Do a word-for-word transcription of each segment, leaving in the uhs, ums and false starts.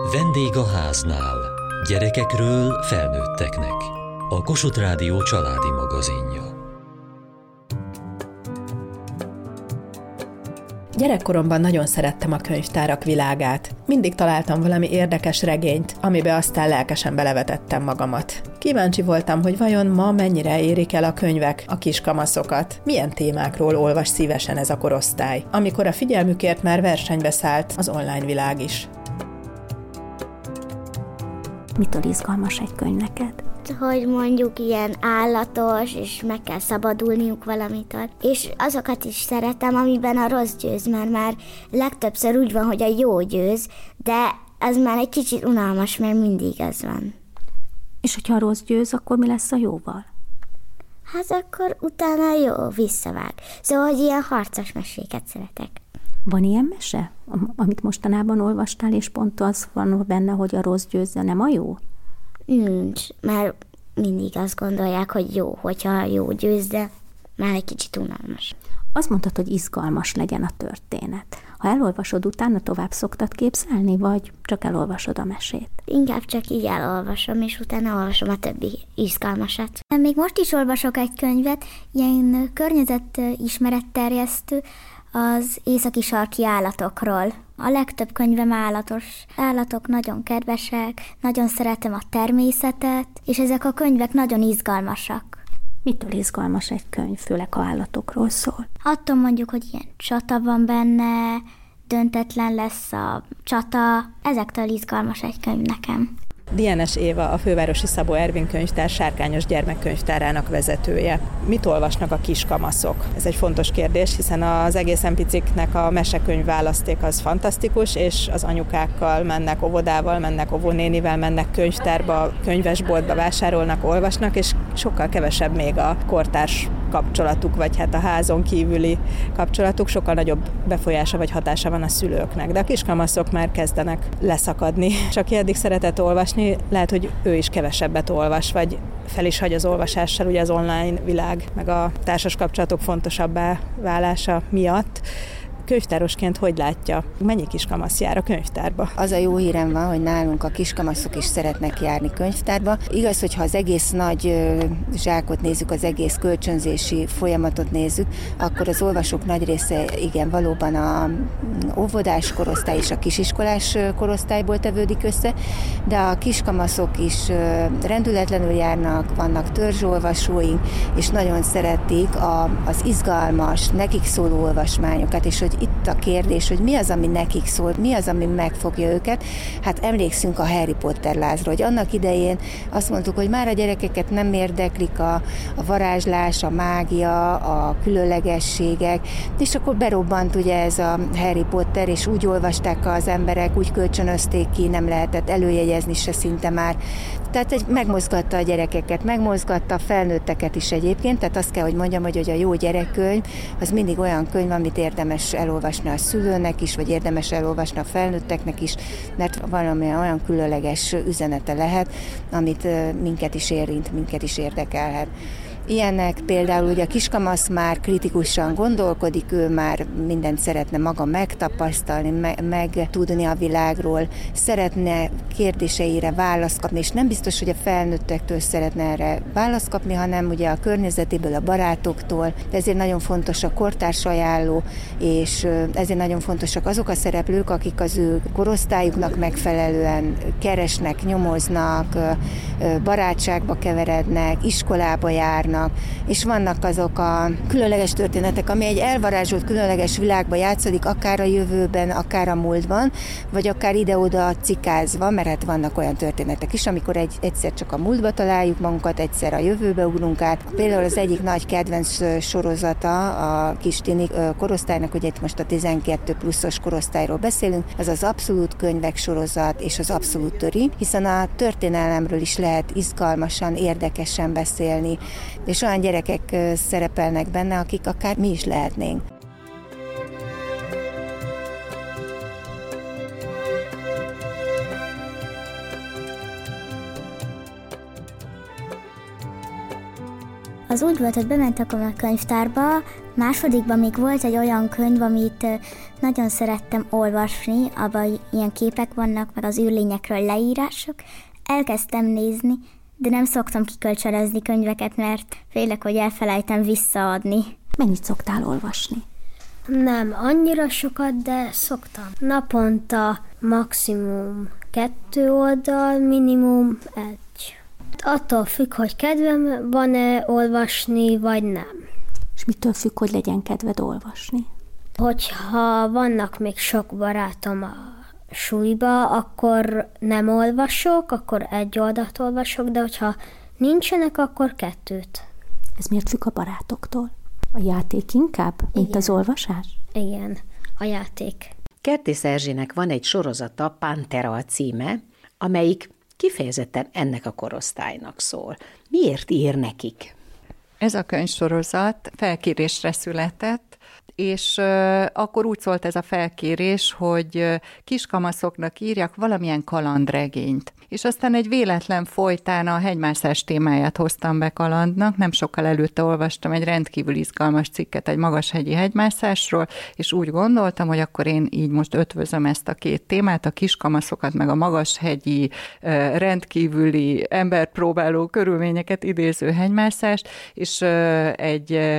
Vendég a háznál. Gyerekekről felnőtteknek. A Kossuth Rádió családi magazinja. Gyerekkoromban nagyon szerettem a könyvtárak világát. Mindig találtam valami érdekes regényt, amibe aztán lelkesen belevetettem magamat. Kíváncsi voltam, hogy vajon ma mennyire érik el a könyvek a kiskamaszokat. Milyen témákról olvas szívesen ez a korosztály, amikor a figyelmükért már versenybe szállt az online világ is. Mitől izgalmas egy könyv neked? Hogy mondjuk ilyen állatos, és meg kell szabadulniuk valamitől. És azokat is szeretem, amiben a rossz győz, mert már legtöbbször úgy van, hogy a jó győz, de ez már egy kicsit unalmas, mert mindig ez van. És hogyha a rossz győz, akkor mi lesz a jóval? Hát akkor utána jó, visszavág. Szóval, hogy ilyen harcos meséket szeretek. Van ilyen mese, amit mostanában olvastál, és pont az van benne, hogy a rossz győzze, nem a jó? Nincs, mert mindig azt gondolják, hogy jó, hogyha jó győz, de már egy kicsit unalmas. Azt mondtad, hogy izgalmas legyen a történet. Ha elolvasod, utána tovább szoktad képzelni, vagy csak elolvasod a mesét? Inkább csak így elolvasom, és utána olvasom a többi izgalmasat. Még most is olvasok egy könyvet, ilyen környezetismeretterjesztő az északi sarki állatokról. A legtöbb könyvem állatos. Állatok nagyon kedvesek, nagyon szeretem a természetet, és ezek a könyvek nagyon izgalmasak. Mitől izgalmas egy könyv, főleg ha állatokról szól? Attól mondjuk, hogy ilyen csata van benne, döntetlen lesz a csata, ezektől izgalmas egy könyv nekem. Dienes Éva, a Fővárosi Szabó Ervin könyvtár sárkányos gyermekkönyvtárának vezetője. Mit olvasnak a kiskamaszok? Ez egy fontos kérdés, hiszen az egészen piciknek a mesekönyv választék az fantasztikus, és az anyukákkal mennek óvodával, mennek óvónénivel, mennek könyvtárba, könyvesboltba vásárolnak, olvasnak, és sokkal kevesebb még a kortárs kapcsolatuk, vagy hát a házon kívüli kapcsolatuk, sokkal nagyobb befolyása vagy hatása van a szülőknek. De a kiskamaszok már kezdenek leszakadni. És aki eddig szeretett olvasni, lehet, hogy ő is kevesebbet olvas, vagy fel is hagy az olvasással, ugye az online világ, meg a társas kapcsolatok fontosabbá válása miatt. Könyvtárosként hogy látja, mennyi kiskamasz jár a könyvtárba? Az a jó hírem van, hogy nálunk a kiskamaszok is szeretnek járni könyvtárba. Igaz, hogyha az egész nagy zsákot nézzük, az egész kölcsönzési folyamatot nézzük, akkor az olvasók nagy része igen, valóban a óvodás korosztály és a kisiskolás korosztályból tevődik össze, de a kiskamaszok is rendületlenül járnak, vannak törzsolvasóink, és nagyon szeretik a, az izgalmas, nekik szóló olvasmányokat, és hogy itt a kérdés, hogy mi az, ami nekik szól, mi az, ami megfogja őket. Hát emlékszünk a Harry Potter lázra, hogy annak idején azt mondtuk, hogy már a gyerekeket nem érdeklik a, a varázslás, a mágia, a különlegességek, és akkor berobbant ugye ez a Harry Potter, és úgy olvasták az emberek, úgy kölcsönözték ki, nem lehetett előjegyezni se szinte már. Tehát egy, megmozgatta a gyerekeket, megmozgatta a felnőtteket is egyébként, tehát azt kell, hogy mondjam, hogy, hogy a jó gyerekkönyv az mindig olyan könyv, amit érdemes elolvasni a szülőnek is, vagy érdemes elolvasni a felnőtteknek is, mert valami olyan különleges üzenete lehet, amit minket is érint, minket is érdekelhet. Ilyenek például ugye a kiskamasz már kritikusan gondolkodik, ő már mindent szeretne maga megtapasztalni, me- megtudni a világról, szeretne kérdéseire választ kapni, és nem biztos, hogy a felnőttektől szeretne erre választ kapni, hanem ugye a környezetéből, a barátoktól, de ezért nagyon fontos a kortárs ajánló, és ezért nagyon fontosak azok a szereplők, akik az ő korosztályuknak megfelelően keresnek, nyomoznak, barátságba keverednek, iskolába járnak, és vannak azok a különleges történetek, ami egy elvarázsolt különleges világban játszódik, akár a jövőben, akár a múltban, vagy akár ide-oda cikázva, mert hát vannak olyan történetek is, amikor egy, egyszer csak a múltba találjuk magunkat, egyszer a jövőbe ugrunk át. Például az egyik nagy kedvenc sorozata a kis tini korosztálynak, ugye itt most a tizenkettő pluszos korosztályról beszélünk, az az Abszolút könyvek sorozat és az Abszolút töri, hiszen a történelemről is lehet izgalmasan, érdekesen beszélni, és olyan gyerekek szerepelnek benne, akik akár mi is lehetnénk. Az úgy volt, hogy bementek a könyvtárba, másodikban még volt egy olyan könyv, amit nagyon szerettem olvasni, abban ilyen képek vannak, meg az űrlényekről leírások. Elkezdtem nézni, de nem szoktam kikölcsönözni könyveket, mert félek, hogy elfelejtem visszaadni. Mennyit szoktál olvasni? Nem annyira sokat, de szoktam. Naponta maximum kettő oldal, minimum egy. Attól függ, hogy kedvem van-e olvasni, vagy nem. És mitől függ, hogy legyen kedved olvasni? Hogyha vannak még sok barátom a súlyba, akkor nem olvasok, akkor egy oldalt olvasok, de hogyha nincsenek, akkor kettőt. Ez miért függ a barátoktól? A játék inkább, mint Igen. az olvasás? Igen, a játék. Kertész Erzsének van egy sorozata, Pantera a címe, amelyik kifejezetten ennek a korosztálynak szól. Miért ír nekik? Ez a könyvsorozat felkérésre született, és uh, akkor úgy szólt ez a felkérés, hogy uh, kiskamaszoknak írjak valamilyen kalandregényt. És aztán egy véletlen folytán a hegymászás témáját hoztam be kalandnak, nem sokkal előtte olvastam egy rendkívül izgalmas cikket egy magashegyi hegymászásról, és úgy gondoltam, hogy akkor én így most ötvözöm ezt a két témát, a kiskamaszokat, meg a magashegyi uh, rendkívüli emberpróbáló körülményeket idéző hegymászást, és uh, egy uh,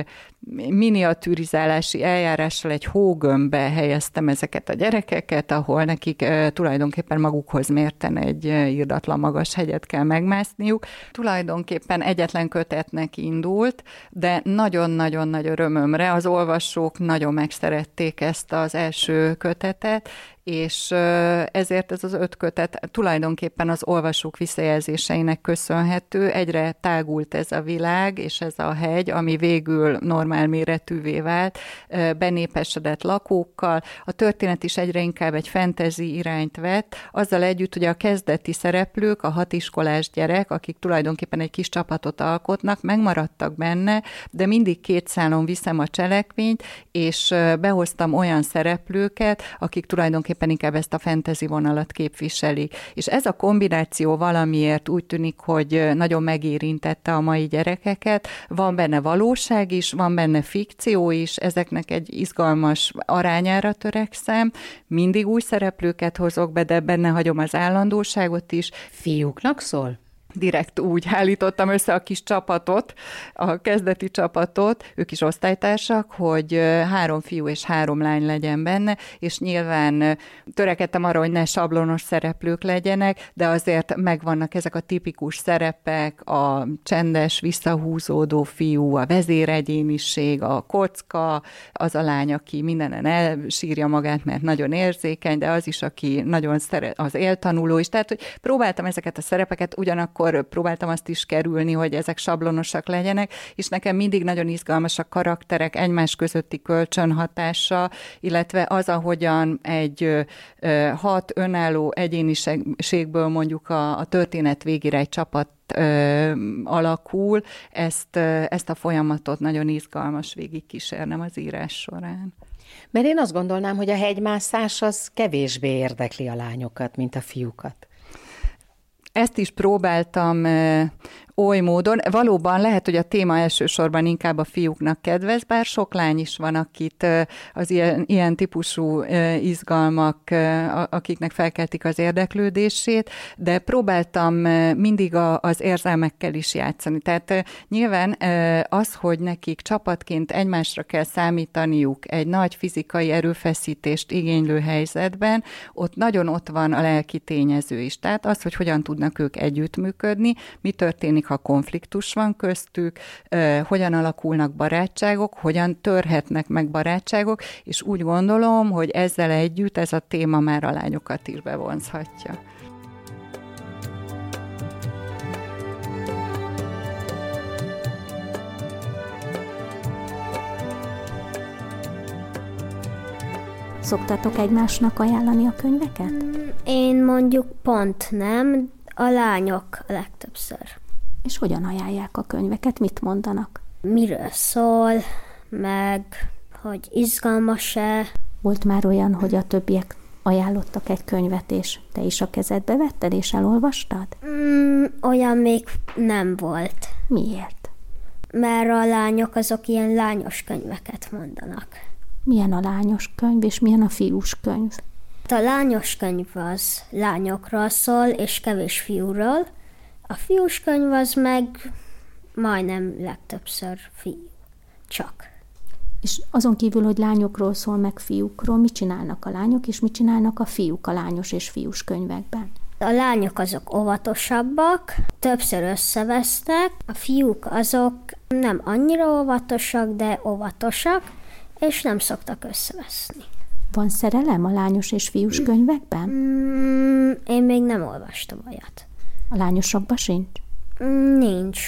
miniatűrizálási eljárással egy hógömbbe helyeztem ezeket a gyerekeket, ahol nekik e, tulajdonképpen magukhoz mérten egy e, irdatlan magas hegyet kell megmászniuk. Tulajdonképpen egyetlen kötetnek indult, de nagyon-nagyon nagy örömömre az olvasók nagyon megszerették ezt az első kötetet, és ezért ez az öt kötet tulajdonképpen az olvasók visszajelzéseinek köszönhető. Egyre tágult ez a világ, és ez a hegy, ami végül normál méretűvé vált, benépesedett lakókkal. A történet is egyre inkább egy fantasy irányt vett, azzal együtt, hogy a kezdeti szereplők, a hatiskolás gyerek, akik tulajdonképpen egy kis csapatot alkotnak, megmaradtak benne, de mindig két szálon viszem a cselekményt, és behoztam olyan szereplőket, akik tulajdonképpen inkább ezt a fantasy vonalat képviselik. És ez a kombináció valamiért úgy tűnik, hogy nagyon megérintette a mai gyerekeket. Van benne valóság is, van benne fikció is, ezeknek egy izgalmas arányára törekszem. Mindig új szereplőket hozok be, de benne hagyom az állandóságot is. Fiúknak szól? Direkt úgy állítottam össze a kis csapatot, a kezdeti csapatot, ők is osztálytársak, hogy három fiú és három lány legyen benne, és nyilván törekedtem arra, hogy ne sablonos szereplők legyenek, de azért megvannak ezek a tipikus szerepek, a csendes, visszahúzódó fiú, a vezéregyéniség, a kocka, az a lány, aki mindenen elsírja magát, mert nagyon érzékeny, de az is, aki nagyon szeret, az éltanuló is. Tehát, hogy próbáltam ezeket a szerepeket, ugyanakkor akkor próbáltam azt is kerülni, hogy ezek sablonosak legyenek, és nekem mindig nagyon izgalmas a karakterek egymás közötti kölcsönhatása, illetve az, ahogyan egy hat önálló egyéniségből mondjuk a, a történet végére egy csapat Ö, alakul, ezt, ezt a folyamatot nagyon izgalmas végigkísérnem az írás során. Mert én azt gondolnám, hogy a hegymászás az kevésbé érdekli a lányokat, mint a fiúkat. Ezt is próbáltam oly módon. Valóban lehet, hogy a téma elsősorban inkább a fiúknak kedvez, bár sok lány is van, akit az ilyen, ilyen típusú izgalmak, akiknek felkeltik az érdeklődését, de próbáltam mindig az érzelmekkel is játszani. Tehát nyilván az, hogy nekik csapatként egymásra kell számítaniuk egy nagy fizikai erőfeszítést igénylő helyzetben, ott nagyon ott van a lelki tényező is. Tehát az, hogy hogyan tudnak ők együttműködni, mi történik, ha konfliktus van köztük, hogyan alakulnak barátságok, hogyan törhetnek meg barátságok, és úgy gondolom, hogy ezzel együtt ez a téma már a lányokat is bevonzhatja. Szoktatok egymásnak ajánlani a könyveket? Én mondjuk pont nem, a lányok legtöbbször. És hogyan ajánlják a könyveket? Mit mondanak? Miről szól, meg hogy izgalmas-e. Volt már olyan, hogy a többiek ajánlottak egy könyvet, és te is a kezedbe vetted, és elolvastad? Mm, olyan még nem volt. Miért? mert a lányok azok ilyen lányos könyveket mondanak. Milyen a lányos könyv, és milyen a fiús könyv? A lányos könyv az lányokról szól, és kevés fiúról. A fiús könyv az meg majdnem legtöbbször fiú. Csak. És azon kívül, hogy lányokról szól, meg fiúkról, mit csinálnak a lányok, és mit csinálnak a fiúk a lányos és fiús könyvekben? A lányok azok óvatosabbak, többször összevesznek, a fiúk azok nem annyira óvatosak, de óvatosak, és nem szoktak összeveszni. Van szerelem a lányos és fiús könyvekben? Mm, én még nem olvastam olyat. A lányosokban sincs? Mm, nincs.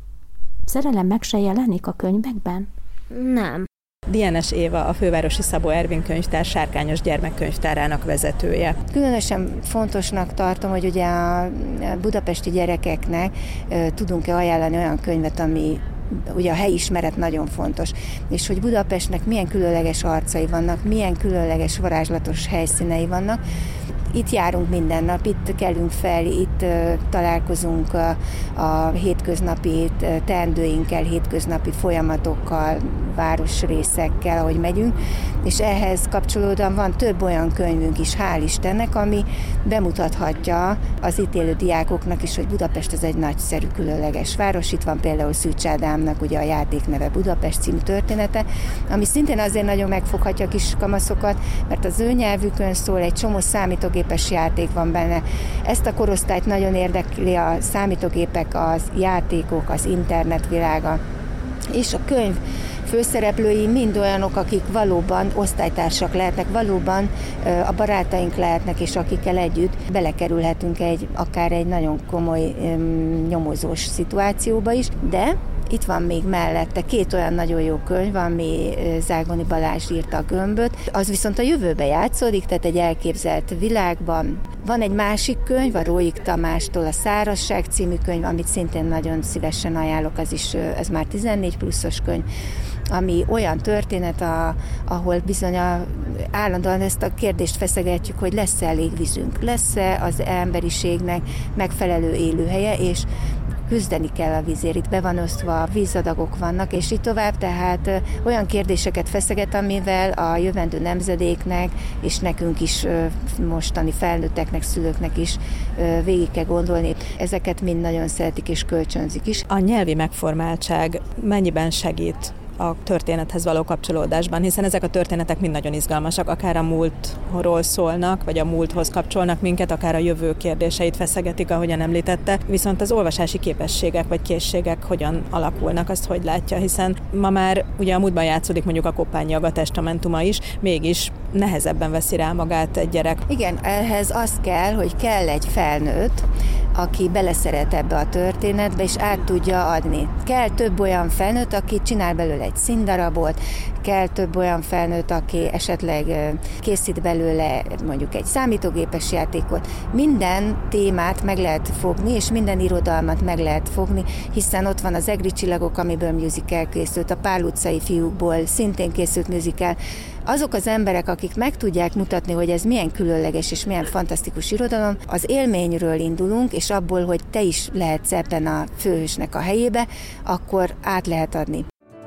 Szerelem meg se jelenik a könyvekben? Nem. Dienes Éva, a Fővárosi Szabó Ervin Könyvtár Sárkányos Gyermekkönyvtárának vezetője. Különösen fontosnak tartom, hogy ugye a budapesti gyerekeknek tudunk-e ajánlani olyan könyvet, ami ugye a helyismeret nagyon fontos, és hogy Budapestnek milyen különleges arcai vannak, milyen különleges varázslatos helyszínei vannak. Itt járunk minden nap, itt kelünk fel, itt uh, találkozunk a, a hétköznapi teendőinkkel, hétköznapi folyamatokkal, városrészekkel, ahogy megyünk, és ehhez kapcsolódóan van több olyan könyvünk is, hál' Istennek, ami bemutathatja az itt élő diákoknak is, hogy Budapest ez egy nagyszerű, különleges város. Itt van például Szűcs Ádámnak ugye a játékneve Budapest című története, ami szintén azért nagyon megfoghatja a kis kamaszokat, mert az ő nyelvükön szól, egy csomó számítógépes játék van benne. Ezt a korosztályt nagyon érdekli a számítógépek, az játékok, az internetvilága. És a könyv főszereplői mind olyanok, akik valóban osztálytársak lehetnek, valóban a barátaink lehetnek, és akikkel együtt belekerülhetünk egy, akár egy nagyon komoly nyomozós szituációba is, de itt van még mellette két olyan nagyon jó könyv, ami Zágoni Balázs írta, a Gömböt, az viszont a jövőbe játszódik, tehát egy elképzelt világban. Van egy másik könyv, a Róik Tamástól a Szárazság című könyv, amit szintén nagyon szívesen ajánlok, az is, ez már tizennégy pluszos könyv, ami olyan történet, a, ahol bizony a, állandóan ezt a kérdést feszegetjük, hogy lesz-e elég vízünk, lesz-e az emberiségnek megfelelő élőhelye, és küzdeni kell a vízért, itt be van osztva, vízadagok vannak, és így tovább, tehát olyan kérdéseket feszeget, amivel a jövendő nemzedéknek, és nekünk is, mostani felnőtteknek, szülőknek is végig kell gondolni. Ezeket mind nagyon szeretik és kölcsönzik is. A nyelvi megformáltság mennyiben segít a történethez való kapcsolódásban, hiszen ezek a történetek mind nagyon izgalmasak, akár a múltról szólnak, vagy a múlthoz kapcsolnak minket, akár a jövő kérdéseit feszegetik, ahogyan említette, viszont az olvasási képességek vagy készségek hogyan alakulnak, azt hogy látja, hiszen ma már ugye a múltban játszódik mondjuk a Koppányi Aga testamentuma is, mégis nehezebben veszi rá magát egy gyerek. Igen, ehhez az kell, hogy kell egy felnőtt, aki beleszeret ebbe a történetbe, és át tudja adni. Kell több olyan felnőtt, aki csinál belőle egy színdarabot, kell több olyan felnőtt, aki esetleg készít belőle mondjuk egy számítógépes játékot. Minden témát meg lehet fogni, és minden irodalmat meg lehet fogni, hiszen ott van az Egri csillagok, amiből musical készült, a Pál utcai fiúkból szintén készült musical. Azok az emberek, akik meg tudják mutatni, hogy ez milyen különleges és milyen fantasztikus irodalom, az élményről indulunk, és abból, hogy te is lehetsz ebben a főhősnek a helyébe, akkor át lehet adni.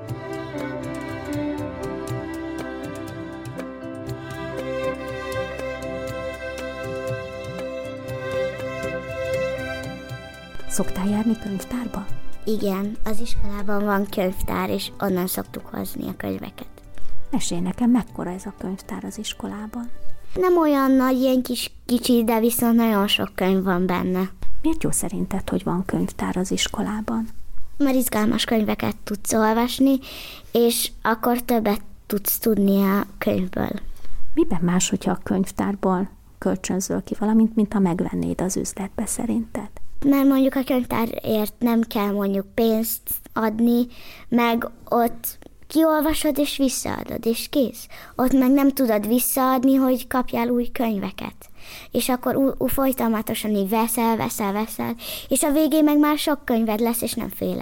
Szoktál járni könyvtárba? Igen, az iskolában van könyvtár, és onnan szoktuk hozni a könyveket. Mesélj nekem, mekkora ez a könyvtár az iskolában? Nem olyan nagy, ilyen kis kicsi, de viszont nagyon sok könyv van benne. Miért jó szerinted, hogy van könyvtár az iskolában? Mert izgalmas könyveket tudsz olvasni, és akkor többet tudsz tudni a könyvből. Miben más, hogyha a könyvtárból kölcsönzöl ki valamint, mint ha megvennéd az üzletbe szerinted? Mert mondjuk a könyvtárért nem kell mondjuk pénzt adni, meg ott kiolvasod és visszaadod, és kész. Ott meg nem tudod visszaadni, hogy kapjál új könyveket. És akkor ú- ú- folyamatosan így veszel, veszel, veszel, és a végén meg már sok könyved lesz, és nem fél el.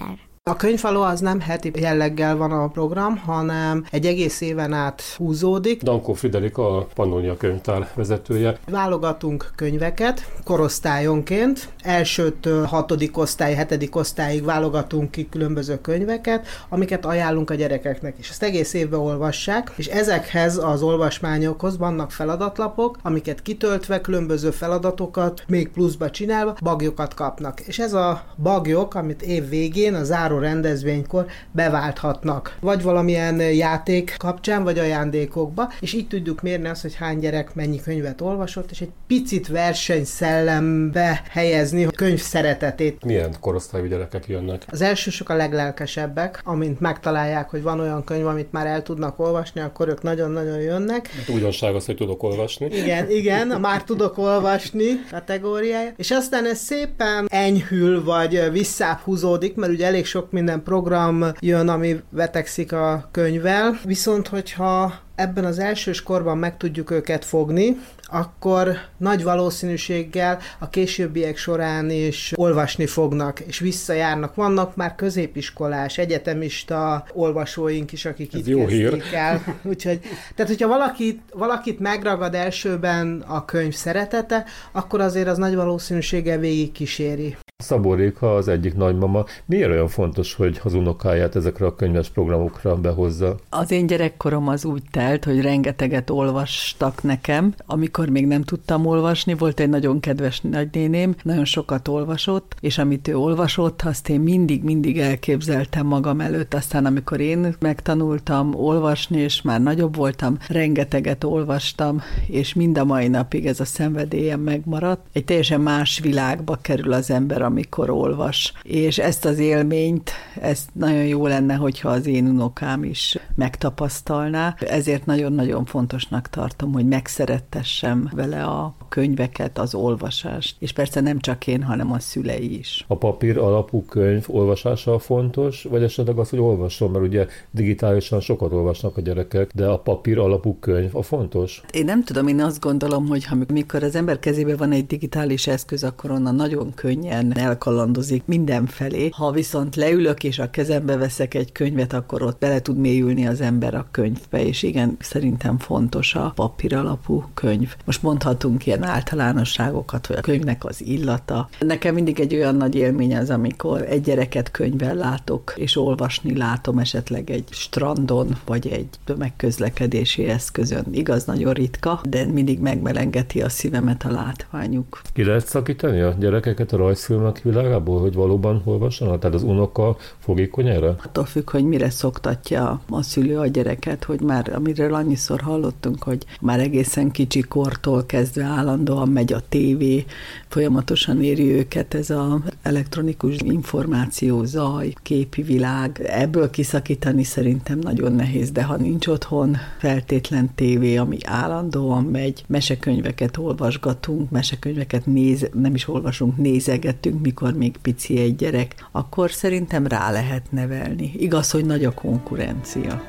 A könyvfaló az nem heti jelleggel van a program, hanem egy egész éven át húzódik. Dankó Friderika, a Pannonia könyvtár vezetője. Válogatunk könyveket korosztályonként. Elsőtől hatodik osztály, hetedik osztályig válogatunk ki különböző könyveket, amiket ajánlunk a gyerekeknek, és ezt egész évben olvassák, és ezekhez az olvasmányokhoz vannak feladatlapok, amiket kitöltve, különböző feladatokat még pluszba csinálva, bagyokat kapnak. És ez a bagyok, amit év végén, a záró rendezvénykor beválthatnak. Vagy valamilyen játék kapcsán, vagy ajándékokba, és így tudjuk mérni azt, hogy hány gyerek mennyi könyvet olvasott, és egy picit versenyszellembe helyezni a könyv szeretetét. Milyen korosztályú gyerekek jönnek? Az elsősök a leglelkesebbek, amint megtalálják, hogy van olyan könyv, amit már el tudnak olvasni, akkor ők nagyon-nagyon jönnek. Hát újdonság az, hogy tudok olvasni. Igen, igen, a már tudok olvasni kategóriája. És aztán ez szépen enyhül, vagy visszább húzódik, mert ugye elég sok minden program jön, ami vetekszik a könyvvel. Viszont, hogyha ebben az elsős korban meg tudjuk őket fogni, akkor nagy valószínűséggel a későbbiek során is olvasni fognak, és visszajárnak. Vannak már középiskolás, egyetemista olvasóink is, akik ez itt jó hír. el. Úgyhogy, tehát, hogyha valakit, valakit megragad elsőben a könyv szeretete, akkor azért az nagy valószínűséggel végig kíséri. Szabó Réka, az egyik nagymama. Miért olyan fontos, hogy az unokáját ezekre a könyves programokra behozza? Az én gyerekkorom az úgy telt, hogy rengeteget olvastak nekem. Amikor még nem tudtam olvasni, volt egy nagyon kedves nagynéném, nagyon sokat olvasott, és amit ő olvasott, azt én mindig-mindig elképzeltem magam előtt. Aztán amikor én megtanultam olvasni, és már nagyobb voltam, rengeteget olvastam, és mind a mai napig ez a szenvedélyem megmaradt. Egy teljesen más világba kerül az ember, amikor olvas. És ezt az élményt, ezt nagyon jó lenne, hogyha az én unokám is megtapasztalná. Ezért nagyon-nagyon fontosnak tartom, hogy megszerettessem vele a könyveket, az olvasást. És persze nem csak én, hanem a szülei is. A papír alapú könyv olvasása mikor, vagy esetleg az, hogy olvasson, mert ugye digitálisan sokat olvasnak a gyerekek, de a papír alapú könyv a fontos? Én nem tudom, én azt gondolom, hogy amikor az ember kezében van egy digitális eszköz, akkor onnan nagyon könnyen elkalandozik mindenfelé. Ha viszont leülök és a kezembe veszek egy könyvet, akkor ott bele tud mélyülni az ember a könyvbe, és igen, szerintem fontos a papír alapú könyv. Most mondhatunk ilyen általánosságokat, hogy a könyvnek az illata. Nekem mindig egy olyan nagy élmény az, amikor egy gyereket könyvvel látok, és olvasni látom esetleg egy strandon, vagy egy tömegközlekedési eszközön. Igaz, nagyon ritka, de mindig megmelengeti a szívemet a látványuk. Ki lehet szakítani a gyerekeket a rajzfilmek világából, hogy valóban olvassanak? Tehát az unoka fogékony erre? Attól függ, hogy mire szoktatja a szülő a gyereket, hogy már, amiről annyiszor hallottunk, hogy már egészen kicsi kortól kezdve állandóan megy a tévé, folyamatosan éri őket ez az elektronikus információ, zaj, képi világ. Ebből kiszakítani szerintem nagyon nehéz, de ha nincs otthon feltétlen tévé, ami állandóan megy, mesekönyveket olvasgatunk, mesekönyveket néz, nem is olvasunk, nézegetünk, mikor még pici egy gyerek, akkor szerintem rá lehet nevelni. Igaz, hogy nagy a konkurencia.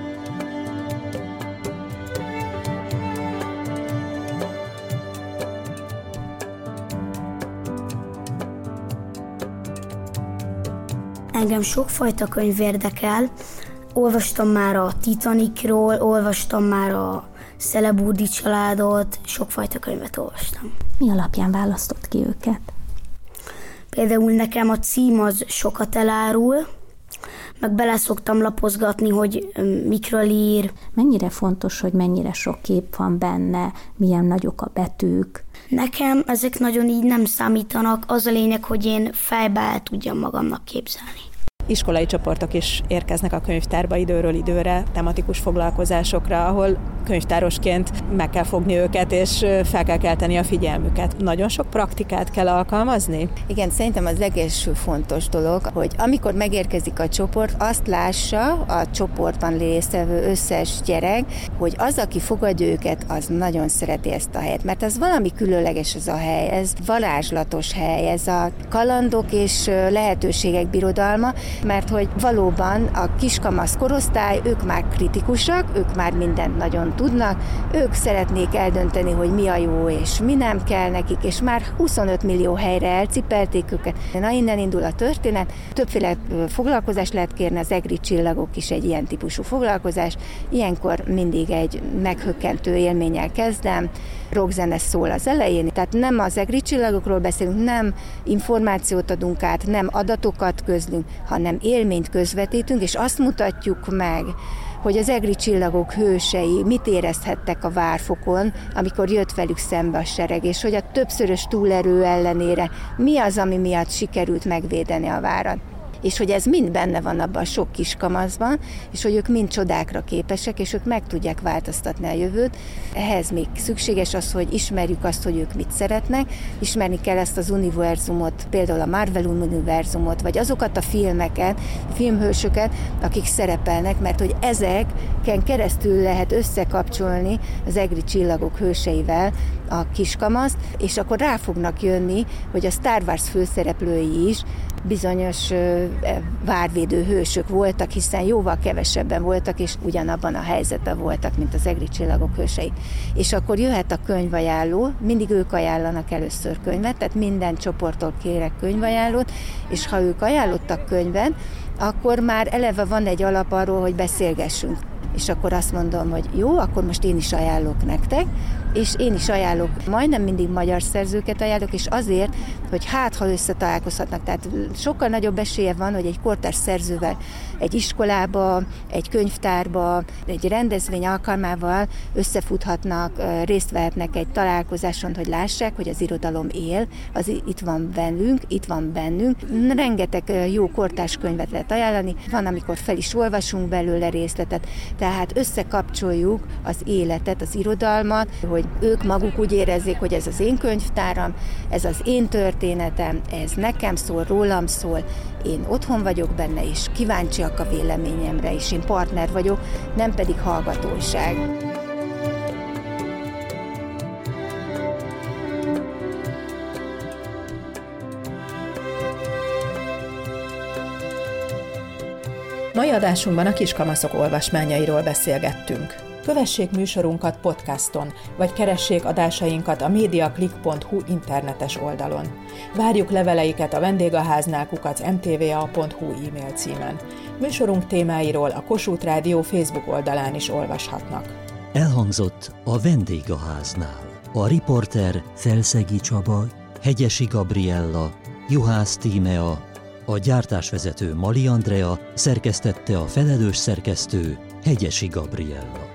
Engem sokfajta könyv érdekel. Olvastam már a Titanicról, olvastam már a Szeleburdi családot, sokfajta könyvet olvastam. Mi alapján választott ki őket? Például nekem a cím az sokat elárul, meg bele szoktam lapozgatni, hogy mikről ír. Mennyire fontos, hogy mennyire sok kép van benne, milyen nagyok a betűk? Nekem ezek nagyon így nem számítanak, az a lényeg, hogy én fejbe el tudjam magamnak képzelni. Iskolai csoportok is érkeznek a könyvtárba időről időre, tematikus foglalkozásokra, ahol könyvtárosként meg kell fogni őket, és fel kell kelteni a figyelmüket. Nagyon sok praktikát kell alkalmazni? Igen, szerintem az legelső fontos dolog, hogy amikor megérkezik a csoport, azt lássa a csoportban résztvevő összes gyerek, hogy az, aki fogadja őket, az nagyon szereti ezt a helyet, mert ez valami különleges ez a hely, ez varázslatos hely, ez a kalandok és lehetőségek birodalma, mert hogy valóban a kiskamasz korosztály, ők már kritikusak, ők már mindent nagyon tudnak, ők szeretnék eldönteni, hogy mi a jó és mi nem kell nekik, és már huszonöt millió helyre elcipelték őket. Na, innen indul a történet. Többféle foglalkozást lehet kérni, az egri csillagok is egy ilyen típusú foglalkozás. Ilyenkor mindig egy meghökkentő élménnyel kezdem, rockzene szól az elején, tehát nem az egri csillagokról beszélünk, nem információt adunk át, nem adatokat közlünk, hanem élményt közvetítünk, és azt mutatjuk meg, hogy az egri csillagok hősei mit érezhettek a Várfokon, amikor jött velük szembe a sereg, és hogy a többszörös túlerő ellenére mi az, ami miatt sikerült megvédeni a várat. És hogy ez mind benne van abban a sok kiskamaszban, és hogy ők mind csodákra képesek, és ők meg tudják változtatni a jövőt. Ehhez még szükséges az, hogy ismerjük azt, hogy ők mit szeretnek, ismerni kell ezt az univerzumot, például a Marvel univerzumot, vagy azokat a filmeket, filmhősöket, akik szerepelnek, mert hogy ezeken keresztül lehet összekapcsolni az egri csillagok hőseivel a kiskamaszt, és akkor rá fognak jönni, hogy a Star Wars főszereplői is bizonyos várvédő hősök voltak, hiszen jóval kevesebben voltak, és ugyanabban a helyzetben voltak, mint az egri csillagok hősei. És akkor jöhet a könyvajánló, mindig ők ajánlanak először könyvet, tehát minden csoporttól kérek könyvajánlót, és ha ők ajánlottak könyvet, akkor már eleve van egy alap arról, hogy beszélgessünk. És akkor azt mondom, hogy jó, akkor most én is ajánlok nektek, és én is ajánlok, majdnem mindig magyar szerzőket ajánlok, és azért, hogy hát, ha összetalálkozhatnak, tehát sokkal nagyobb esélye van, hogy egy kortárs szerzővel egy iskolába, egy könyvtárba, egy rendezvény alkalmával összefuthatnak, részt vehetnek egy találkozáson, hogy lássák, hogy az irodalom él, az itt van bennünk, itt van bennünk. Rengeteg jó kortárs könyvet lehet ajánlani, van, amikor fel is olvasunk belőle részletet, tehát összekapcsoljuk az életet, az irodalmat, hogy ők maguk úgy érezzék, hogy ez az én könyvtáram, ez az én történetem, ez nekem szól, rólam szól, én otthon vagyok benne, és kíváncsiak a véleményemre, és én partner vagyok, nem pedig hallgatóság. Mai adásunkban a kiskamaszok olvasmányairól beszélgettünk. Kövessék műsorunkat podcaston, vagy keressék adásainkat a mediaclick pont hu internetes oldalon. Várjuk leveleiket a vendégháznál kukac em té vé á pont hu e-mail címen. Műsorunk témáiról a Kossuth Rádió Facebook oldalán is olvashatnak. Elhangzott a vendégháznál. A riporter Felszegi Csaba, Hegyesi Gabriella, Juhász Tímea, a gyártásvezető Mali Andrea, szerkesztette a felelős szerkesztő Hegyesi Gabriella.